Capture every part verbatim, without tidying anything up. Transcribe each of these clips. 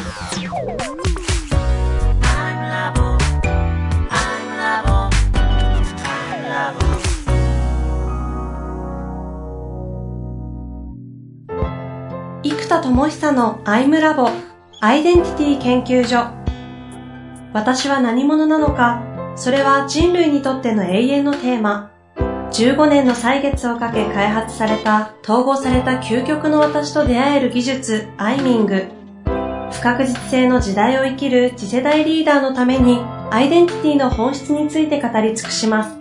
生田智久のアイムラボアイデンティティ研究所。私は何者なのか、それは人類にとっての永遠のテーマ。じゅうごねんの歳月をかけ開発された統合された究極の私と出会える技術アイミング。不確実性の時代を生きる次世代リーダーのためにアイデンティティの本質について語り尽くします。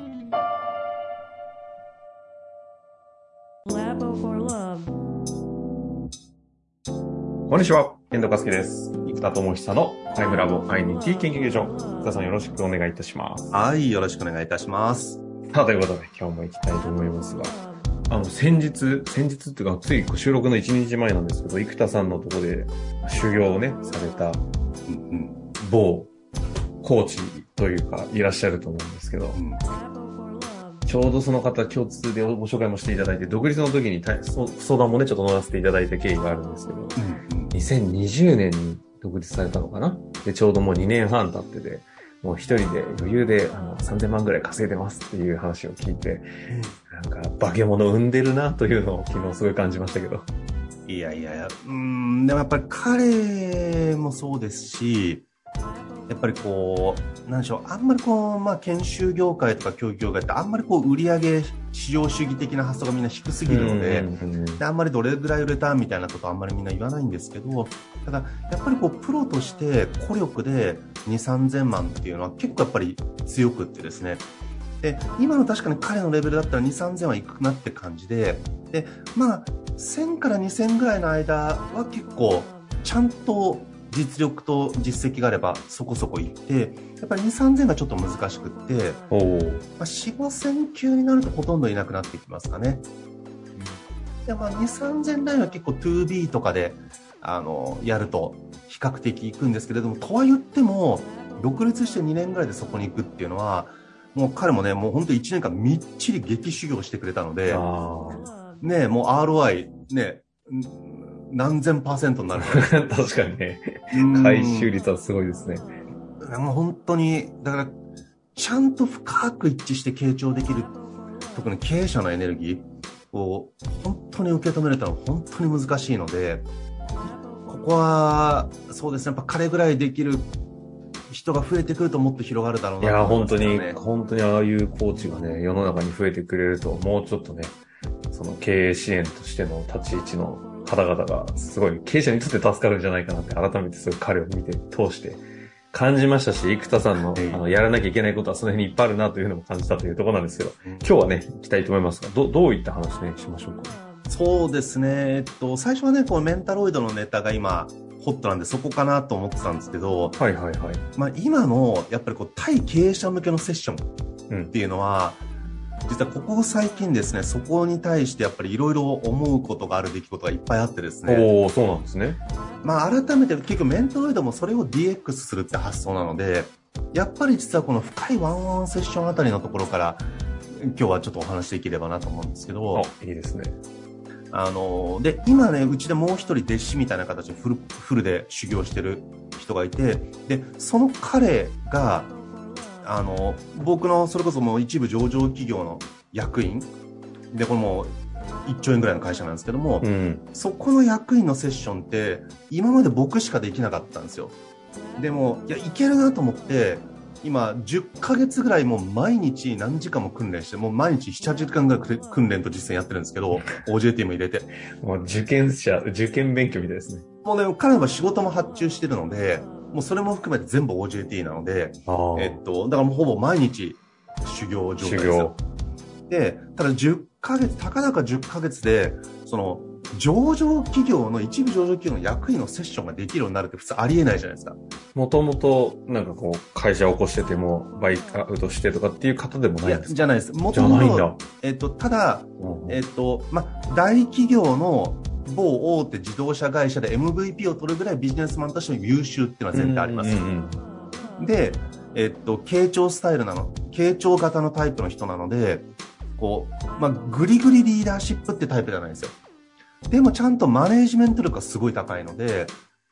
こんにちは、遠藤和樹です。生田智久のアイムラボアイデンティティ研究所。生田さんよろしくお願いいたします。 はい、よろしくお願いいたします。 さあ、ということで今日も行きたいと思いますが、あの、先日、先日っていうか、つい収録のいちにちまえなんですけど、生田さんのところで修行をね、された、うんうん、某コーチというか、いらっしゃると思うんですけど、うん、ちょうどその方共通でご紹介もしていただいて、独立の時に相談もね、ちょっと乗らせていただいた経緯があるんですけど、うんうん、にせんにじゅうねんに独立されたのかな。で、ちょうどもうにねんはん経ってて、もう一人で余裕であのさんぜんまんぐらい稼いでますっていう話を聞いて、うん、なんか化け物生んでるなというのを昨日すごい感じましたけど。 いやいやいや、うーん、でもやっぱり彼もそうですし、やっぱりこう、なんでしょう、あんまりこう、まあ、研修業界とか教育業界ってあんまりこう、売上市場主義的な発想がみんな低すぎるので、であんまりどれぐらい売れたみたいなことあんまりみんな言わないんですけど、ただ、やっぱりこう、プロとして孤力でに、さんぜんまんっていうのは結構やっぱり強くってですね、で、今の確かに彼のレベルだったらに、さんぜんはいくなって感じで、で、まあ、せんからにせんぐらいの間は結構、ちゃんと実力と実績があればそこそこいって、やっぱりに、さんぜんがちょっと難しくって、まあ、よん、ごせん級になるとほとんどいなくなってきますかね。で、まあ、に、さんぜんラインは結構 ツービー とかで、あの、やると比較的いくんですけれども、とは言っても、独立してにねんぐらいでそこに行くっていうのは、もう彼もね、もう本当いちねんかんみっちり激修行してくれたので、ね、もう アールオーアイ、ね、何千パーセントになる確かにね。回収率はすごいですね。 もう本当に、だから、ちゃんと深く一致して傾聴できる、特に経営者のエネルギーを本当に受け止めるというのは本当に難しいので、ここは、そうですね、やっぱ彼ぐらいできる人が増えてくるともっと広がるだろうな、ね。いや、 本当に、本当にああいうコーチがね、世の中に増えてくれると、もうちょっとね、その経営支援としての立ち位置の方々がすごい経営者にとって助かるんじゃないかなって改めてすごい彼を見て通して感じましたし、生田さんの、あのやらなきゃいけないことはその辺にいっぱいあるなというのも感じたというところなんですけど、今日はね行きたいと思いますが、どどういった話ねしましょうか。 そうですね、えっと最初はねこのメンタロイドのネタが今ホットなんでそこかなと思ってたんですけど、 はいはいはい。 まあ今のやっぱりこう対経営者向けのセッションっていうのは、うん実はここ最近ですね、そこに対してやっぱりいろいろ思うことがある出来事がいっぱいあってですね。 おー、そうなんですね。 まあ改めて結局メンタロイドもそれを ディーエックス するって発想なので、やっぱり実はこの深いワンワンセッションあたりのところから今日はちょっとお話できればなと思うんですけど。 あ、いいですね。 あの、で、今ね、うちでもう一人弟子みたいな形でフル、フルで修行してる人がいて、で、その彼が、あの僕のそれこそもう一部上場企業の役員でこれもいっちょうえんぐらいの会社なんですけども、うん、そこの役員のセッションって今まで僕しかできなかったんですよ。でもいやいけるなと思って今じゅっかげつぐらいもう毎日何時間も訓練してもう毎日なな、はちじかんぐらい訓練と実践やってるんですけどオージェーティー も入れてもう受験者受験勉強みたいですね。 もうね彼は仕事も発注してるのでもうそれも含めて全部 オージェーティー なので、えっと、だからもうほぼ毎日修行状態ですよ。で、ただじゅっかげつ、たかだかじゅっかげつで、その、上場企業の、一部上場企業の役員のセッションができるようになるって普通ありえないじゃないですか。 もともと、なんかこう、会社を起こしてても、バイアウトしてとかっていう方でもないんですか？いや、 じゃないです。もともと、じゃないんだ。 えっと、ただ、えっと、ま、大企業の、某大手自動車会社で エムブイピー を取るぐらいビジネスマンとしての優秀っていうのは全然あります。うんうん、で、えっと、傾聴スタイルなの、傾聴型のタイプの人なので、こう、まあ、グリグリリーダーシップってタイプじゃないんですよ。でもちゃんとマネージメント力がすごい高いので、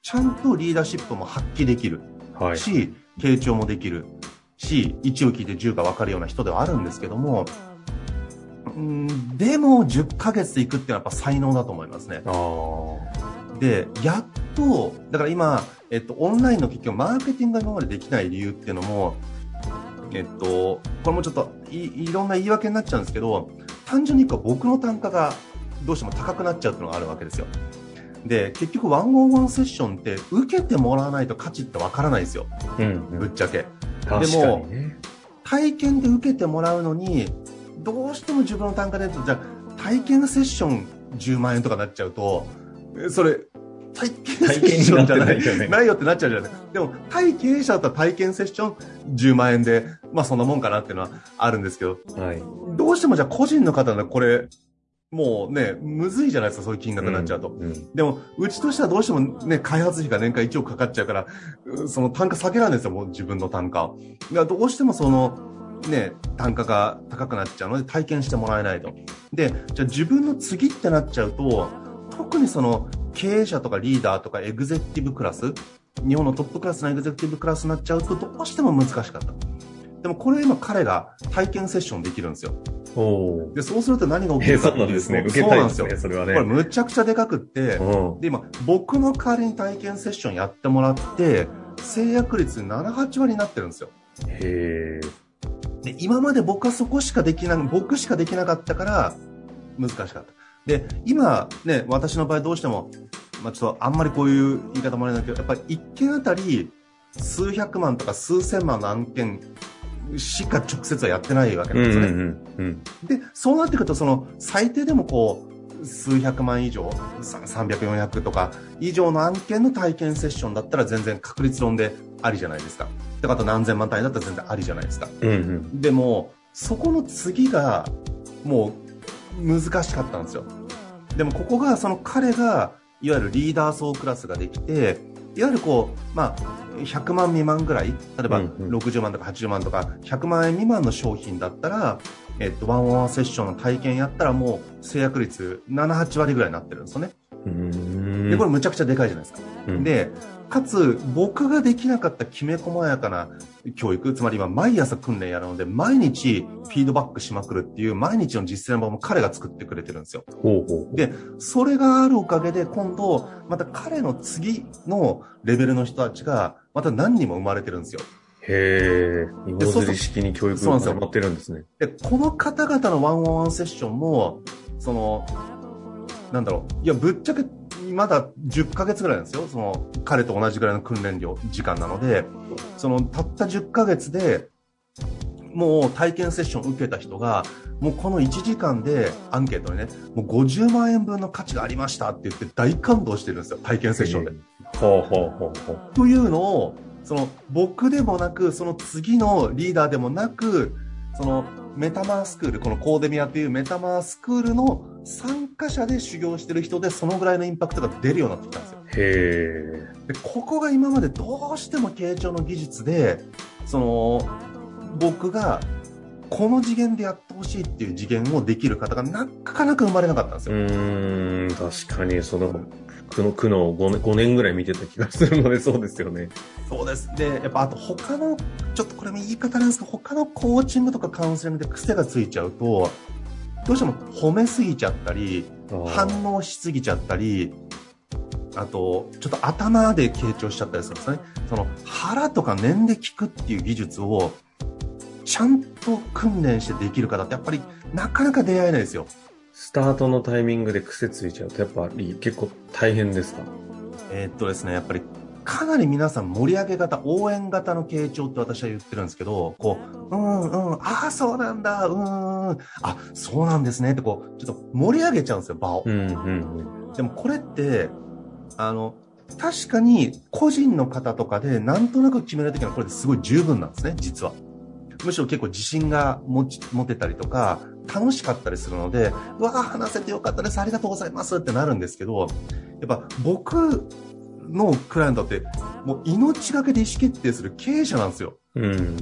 ちゃんとリーダーシップも発揮できる、はい、し、傾聴もできるし、いちを聞いてじゅうが分かるような人ではあるんですけども、んでもじゅっかげつでいくっていうのはやっぱ才能だと思いますね。あで、やっと、だから今、えっと、オンラインの結局マーケティングが今までできない理由っていうのも、えっと、これもちょっと い, いろんな言い訳になっちゃうんですけど、単純に言うと僕の単価がどうしても高くなっちゃうっていうのがあるわけですよ。で、結局ワンオンワンセッションって受けてもらわないと価値ってわからないですよ、うんうん、ぶっちゃけ。 確かにね。 でも体験で受けてもらうのにどうしても自分の単価でじゃあ体験セッションじゅうまんえんとかなっちゃうと、それ体験セッションじゃない、ね、ないよってなっちゃうじゃない。でも対経営者だったら体験セッションじゅうまんえんで、まあそんなもんかなっていうのはあるんですけど、はい、どうしてもじゃあ個人の方でこれもうね、むずいじゃないですか、そういう金額になっちゃうと。うんうん、でも、うちとしてはどうしてもね、開発費が年間いちおくかかっちゃうから、その単価下げられるんですよ、もう自分の単価を。だからどうしてもその、ね、単価が高くなっちゃうので体験してもらえないと。で、じゃあ自分の次ってなっちゃうと、特にその経営者とかリーダーとかエグゼクティブクラス、日本のトップクラスのエグゼクティブクラスになっちゃうとどうしても難しかった。でもこれ今彼が体験セッションできるんですよ。おでそうすると何が起きるかっていうと、えー、そうなんですね。受けたいですね、それはね。これむちゃくちゃでかくって、で今僕の代わりに体験セッションやってもらって制約率なな、はちわりになってるんですよ。へー。で今まで僕はそこしかできな僕しかできなかったから難しかった。で今ね、私の場合どうしても、まあ、ちょっとあんまりこういう言い方もあれだけど、やっぱりいっけんあたり数百万とか数千万の案件しか直接はやってないわけなんですよね。うんうんうん、でそうなってくると、その最低でもこう数百万以上、さんびゃく、よんひゃくとか以上の案件の体験セッションだったら全然確率論でありじゃないですか。だからあと何千万単位だったら全然ありじゃないですか。うんうん、でもそこの次がもう難しかったんですよ。でもここがその彼がいわゆるリーダー層クラスができて、いわゆるこうまあひゃくまん未満ぐらい、例えばろくじゅうまんとかはちじゅうまんとかひゃくまんえん未満の商品だったら、えっと、ワンオンワンセッションの体験やったらもう制約率なな、はちわりぐらいになってるんですよね。うーんでこれむちゃくちゃでかいじゃないですか。うん、でかつ僕ができなかったきめ細やかな教育、つまり今毎朝訓練やるので毎日フィードバックしまくるっていう毎日の実践の場も彼が作ってくれてるんですよ。ほうほうほう。でそれがあるおかげで今度また彼の次のレベルの人たちがまた何人も生まれてるんですよ。へー、芋づり式に教育が始まってるんですね。でこの方々のワンオンワンセッションもそのなんだろう、いやぶっちゃけまだじゅっかげつぐらいなんですよ。その彼と同じぐらいの訓練量時間なので、そのたったじゅっかげつでもう体験セッションを受けた人がもうこのいちじかんでアンケートにね、もうごじゅうまんえんぶんの価値がありましたって言って大感動してるんですよ、体験セッションで。ほうほうほうほう。というのをその僕でもなくその次のリーダーでもなく、そのメタマースクール、このコーデミアというメタマースクールの参加者で修行してる人でそのぐらいのインパクトが出るようになってきたんですよ。へー。でここが今までどうしても傾聴の技術でその僕がこの次元でやってほしいっていう次元をできる方がなかなか生まれなかったんですよ。うーん、確かにその苦の苦のごねん、ごねんぐらい見てた気がするので、そうですよね。そうです。で、やっぱあと他のちょっとこれも言い方なんですけど、他のコーチングとかカウンセリングで癖がついちゃうとどうしても褒めすぎちゃったり反応しすぎちゃったり、あとちょっと頭で傾聴しちゃったりするんですね。その腹とか念で聞くっていう技術をちゃんと訓練してできる方ってやっぱりなかなか出会えないですよ。スタートのタイミングで癖ついちゃうとやっぱり結構大変ですか？えー、っとですね、やっぱりかなり皆さん盛り上げ型、応援型の傾聴って私は言ってるんですけど、こう、うんうん、ああそうなんだ、うん、あそうなんですねってこうちょっと盛り上げちゃうんですよ、場を。うんうんうん、でもこれってあの確かに個人の方とかでなんとなく決めるときはこれですごい十分なんですね、実は。むしろ結構自信が持ち持てたりとか楽しかったりするので、うわー話せてよかったです、ありがとうございますってなるんですけど、やっぱ僕のクライアントってもう命がけで意思決定する経営者なんですよ。うん、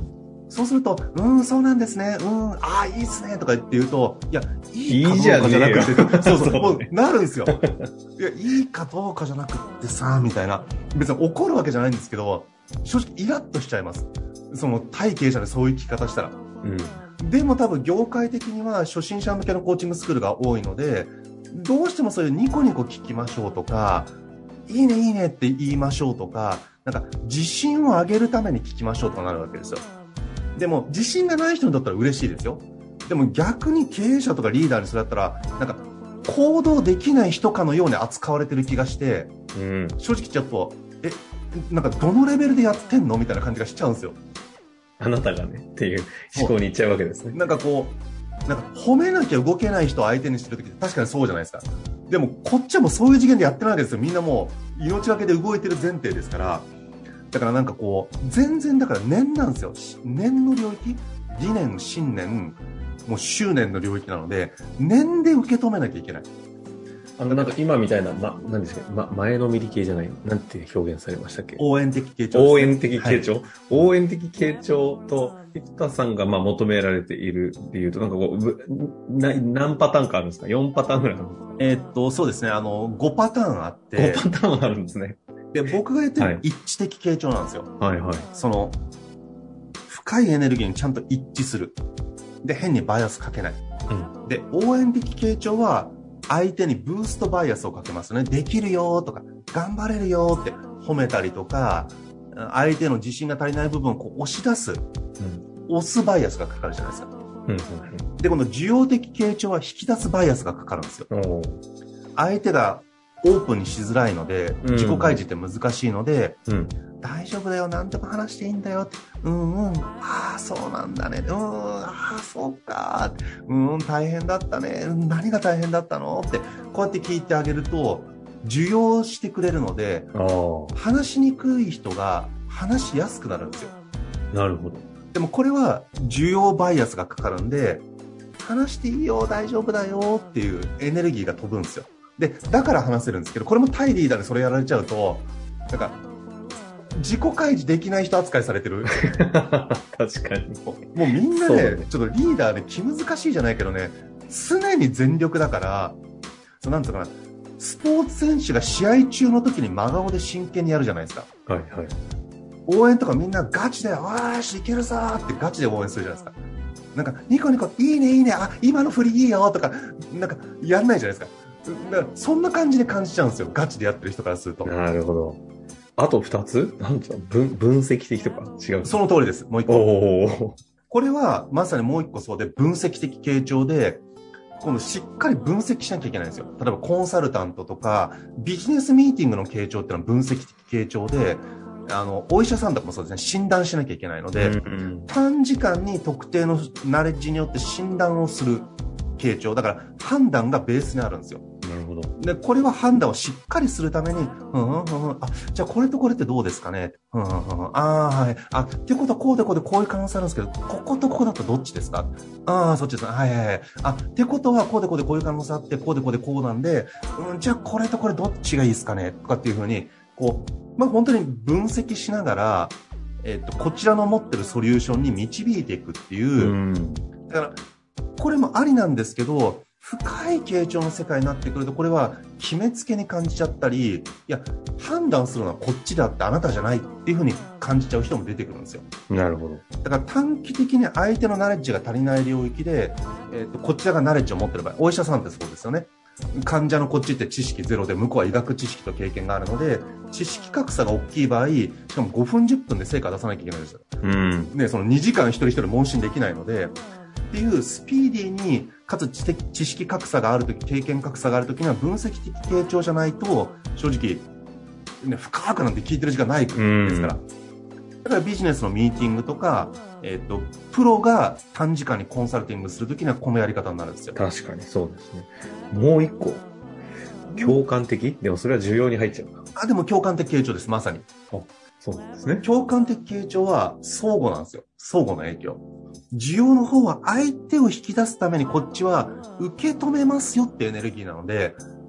そうすると、うーん、そうなんですね。うーん、ああ、いいっすね。とか言って言うと、いや、いいかどうかじゃなくて、そうそう、もうなるんですよ。いや、いいかどうかじゃなくってさ、みたいな。別に怒るわけじゃないんですけど、正直イラッとしちゃいます。その対経営者でそういう聞き方したら。うん。でも多分業界的には初心者向けのコーチングスクールが多いので、どうしてもそういうニコニコ聞きましょうとか、いいねいいねって言いましょうとか、なんか自信を上げるために聞きましょうとかなるわけですよ。でも自信がない人にとったら嬉しいですよ。でも逆に経営者とかリーダーにそれだったら、なんか行動できない人かのように扱われてる気がして、うん、正直ちょっと、え、なんかどのレベルでやってんのみたいな感じがしちゃうんですよ。 あなたがねっていう思考にいっちゃうわけですね。 なんかこう、なんか褒めなきゃ動けない人を相手にしてるときって確かにそうじゃないですか。でもこっちはもうそういう次元でやってないわけですよ。みんなもう命がけで動いてる前提ですから。だからなんかこう、全然だから念なんですよ。念の領域、理念、信念、もう執念の領域なので、念で受け止めなきゃいけない。 あの、なんか今みたいな、ま、何ですか、ま、前のめり系じゃない、なんて表現されましたっけ？ 応援的傾聴、ね。 応援的傾聴、はい、応援的傾聴と、生田さんがまあ求められているっていうと、なんかこう、な何パターンかあるんですか？ よん パターンぐらいあるんですか？ えー、っと、そうですね。あの、ごパターンあって。 ごパターンあるんですね。 で、僕が言ってる一致的傾聴なんですよ。 はいはい。 その、深いエネルギーにちゃんと一致する。で、変にバイアスかけない。うん、で、応援的傾聴は、相手にブーストバイアスをかけますね。できるよとか、頑張れるよって褒めたりとか、相手の自信が足りない部分をこう押し出す、うん、押すバイアスがかかるじゃないですか。うんうんうん、で、この受容的傾聴は引き出すバイアスがかかるんですよ。相手がオープンにしづらいので、自己開示って難しいので、うん、大丈夫だよ、何でも話していいんだよって、うんうん、ああ、そうなんだね、うん、ああ、そうか、うん、大変だったね、何が大変だったのって、こうやって聞いてあげると、受容してくれるので、話しにくい人が話しやすくなるんですよ。 なるほど。 でもこれは受容バイアスがかかるんで、話していいよ、大丈夫だよっていうエネルギーが飛ぶんですよ。で、だから話せるんですけど、これも対リーダーでそれやられちゃうと、なんか、自己開示できない人扱いされてる。 確かに。 もうみんなね、ねちょっとリーダーで気難しいじゃないけどね、常に全力だから、そうなんていうかな、スポーツ選手が試合中の時に真顔で真剣にやるじゃないですか。 はいはい。 応援とかみんなガチで、わーし、いけるぞーってガチで応援するじゃないですか。なんか、ニコニコ、いいねいいね、あ、今の振りいいよとか、なんか、やんないじゃないですか。だからそんな感じで感じちゃうんですよ。ガチでやってる人からすると。 なるほど。あと二つなんていうの分、分析的とか違う？ その通りです。もう一個。おこれは、まさにもう一個そうで、分析的傾聴で、今度しっかり分析しなきゃいけないんですよ。例えばコンサルタントとか、ビジネスミーティングの傾聴っていうのは分析的傾聴で、あの、お医者さんとかもそうですね、診断しなきゃいけないので、うんうん、短時間に特定のナレッジによって診断をする傾聴。だから判断がベースにあるんですよ。 なるほど。 で、これは判断をしっかりするために、うんうんうん、あ、じゃあこれとこれってどうですかね、うんうんうん、あーはい、あ、ってことはこうでこうでこういう可能性あるんですけど、こことここだとどっちですか、ああ、そっちです、はいはいはい、あ、ってことはこうでこうでこういう可能性あって、こうでこうでこうなんで、うん、じゃあこれとこれどっちがいいですかねとかっていうふうに、こう、まあ本当に分析しながら、えっと、こちらの持ってるソリューションに導いていくっていう、うん、だから、これもありなんですけど、深い傾聴の世界になってくると、これは決めつけに感じちゃったり、いや、判断するのはこっちだってあなたじゃないっていうふうに感じちゃう人も出てくるんですよ。 なるほど。 だから短期的に相手のナレッジが足りない領域で、えーと、こちらがナレッジを持ってる場合、お医者さんってそうですよね。患者のこっちって知識ゼロで、向こうは医学知識と経験があるので、知識格差が大きい場合、しかもごふんじゅっぷんで成果出さなきゃいけないんですよ。うん。ね、そのにじかん一人一人問診できないので、っていうスピーディーにかつ知的知識格差があるとき、経験格差があるときには分析的傾聴じゃないと正直、ね、深くなんて聞いてる時間ないですから。だからビジネスのミーティングとか、えっと、プロが短時間にコンサルティングするときにはこのやり方になるんですよ。 確かにそうですね。もう一個。共感的？でもそれは需要に入っちゃうか。 あ、でも共感的傾聴です、まさに。 あ、そうなんですね。 共感的傾聴は相互なんですよ。相互の影響。需要の方は相手を引き出すためにこっちは受け止めますよってエネルギーなので、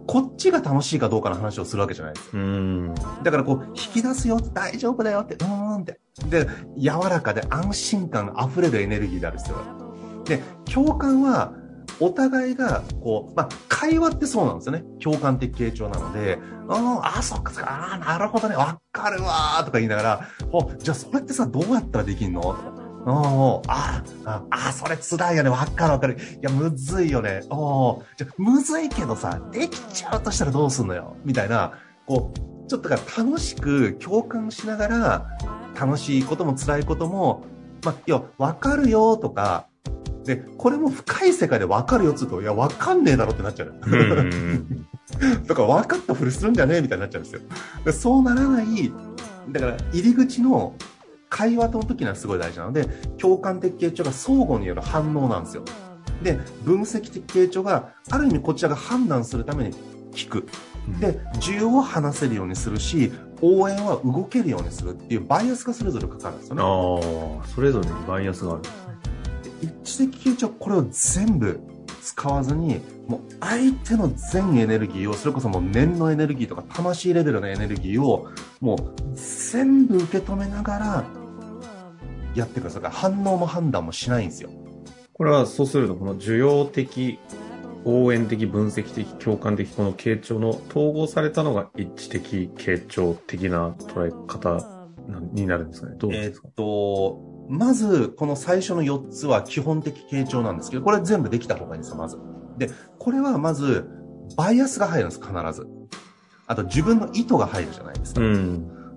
こっちが楽しいかどうかの話をするわけじゃないですよ。 うんだからこう、引き出すよ、大丈夫だよって、うーんって。で、柔らかで安心感溢れるエネルギーである必要がある。で、共感は、お互いが、こう、まあ、会話ってそうなんですよね。共感的傾聴なので、ああ、そっかそっか、ああ、なるほどね、わかるわーとか言いながら、お、じゃあそれってさ、どうやったらできんのとか、おああ、ああ、それ辛いよね、わかるわかる。いや、むずいよね。おじゃあ、むずいけどさ、できちゃうとしたらどうすんのよみたいな、こう、ちょっとが楽しく共感しながら、楽しいことも辛いことも、まあ、いや、わかるよとか、で、これも深い世界で分かるよっつうと、いや、分かんねえだろってなっちゃう。だから分かったふりするんじゃねえみたいになっちゃうんですよ。でそうならない、だから入り口の会話の時にはすごい大事なので、共感的傾聴が相互による反応なんですよ。で、分析的傾聴がある意味こちらが判断するために聞く。で、需要を話せるようにするし、応援は動けるようにするっていうバイアスがそれぞれかかるんですよね。 ああ、それぞれにバイアスがあるんですね。 一致的傾聴はこれを全部使わずに、もう相手の全エネルギーを、それこそもう念のエネルギーとか魂レベルのエネルギーをもう全部受け止めながらやってください。だから反応も判断もしないんですよ。 これはそうすると、この需要的、応援的、分析的、共感的、この傾聴の統合されたのが一致的傾聴的な捉え方になるんですかね。どうですか？ えーっとまず、この最初のよっつは基本的傾聴なんですけど、これ全部できた方がいいんですよ、まず。で、これはまず、バイアスが入るんです、必ず。あと、自分の意図が入るじゃないですか。 うん、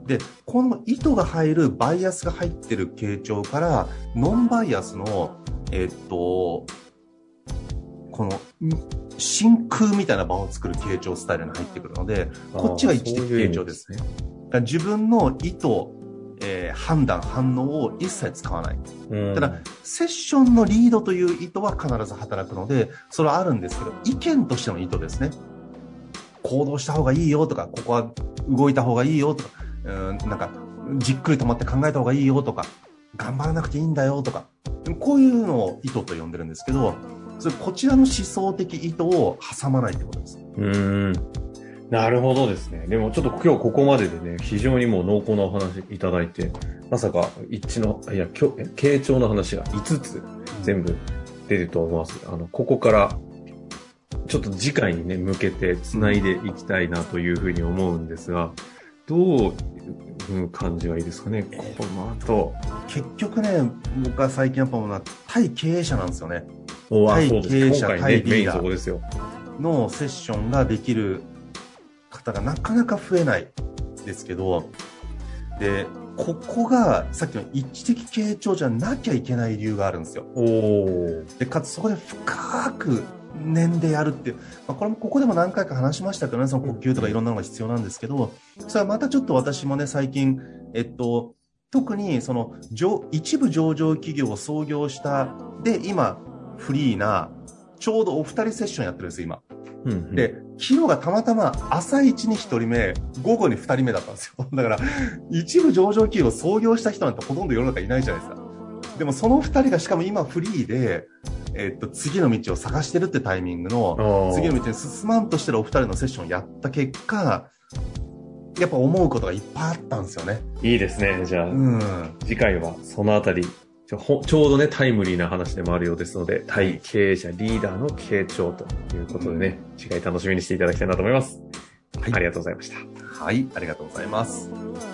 で、この意図が入る、バイアスが入ってる傾聴から、ノンバイアスの、えーっと、この、真空みたいな場を作る傾聴スタイルに入ってくるので、こっちが一致的傾聴ですね。自分の意図、えー、判断、反応を一切使わない。 うん、 ただ、セッションのリードという意図は必ず働くので、それはあるんですけど、意見としての意図ですね。行動した方がいいよとか、ここは動いた方がいいよとか、うん、なんか、じっくり止まって考えた方がいいよとか、頑張らなくていいんだよとか、こういうのを意図と呼んでるんですけど、それこちらの思想的意図を挟まないってことです。 うーん。なるほどですね。でもちょっと今日ここまででね、非常にもう濃厚なお話いただいて、まさか一致の、いや、傾聴の話がいつつ全部出ると思います。あの、ここからちょっと次回にね、向けて繋いでいきたいなというふうに思うんですが、どういう感じがいいですかね、この後。 結局ね、僕は最近やっぱ思うのは、対経営者なんですよね。 お対経営者、 今回ね、 対リーダメインそこですよ。 のセッションができる方がなかなか増えないですけど、で、ここがさっきの一致的傾聴じゃなきゃいけない理由があるんですよ。 おー。 で、かつそこで深く念でやるっていう、まあ、これもここでも何回か話しましたけどね、その呼吸とかいろんなのが必要なんですけど、それはまたちょっと私もね、最近、えっと、特にその一部上場企業を創業したで今フリーなちょうどお二人セッションやってるんですよ今、うんうん、で昨日がたまたま朝一に一人目午後に二人目だったんですよ。だから一部上場企業を創業した人なんてほとんど世の中いないじゃないですか。でもその二人がしかも今フリーで、えっと、次の道を探してるってタイミングの次の道に進まんとしてるお二人のセッションをやった結果、やっぱ思うことがいっぱいあったんですよね。 いいですね。じゃあ、うん、次回はそのあたりちょ、ちょうどね、タイムリーな話でもあるようですので、対経営者リーダーの傾聴ということでね、次回楽しみにしていただきたいなと思います。はい、ありがとうございました。 はい、ありがとうございます。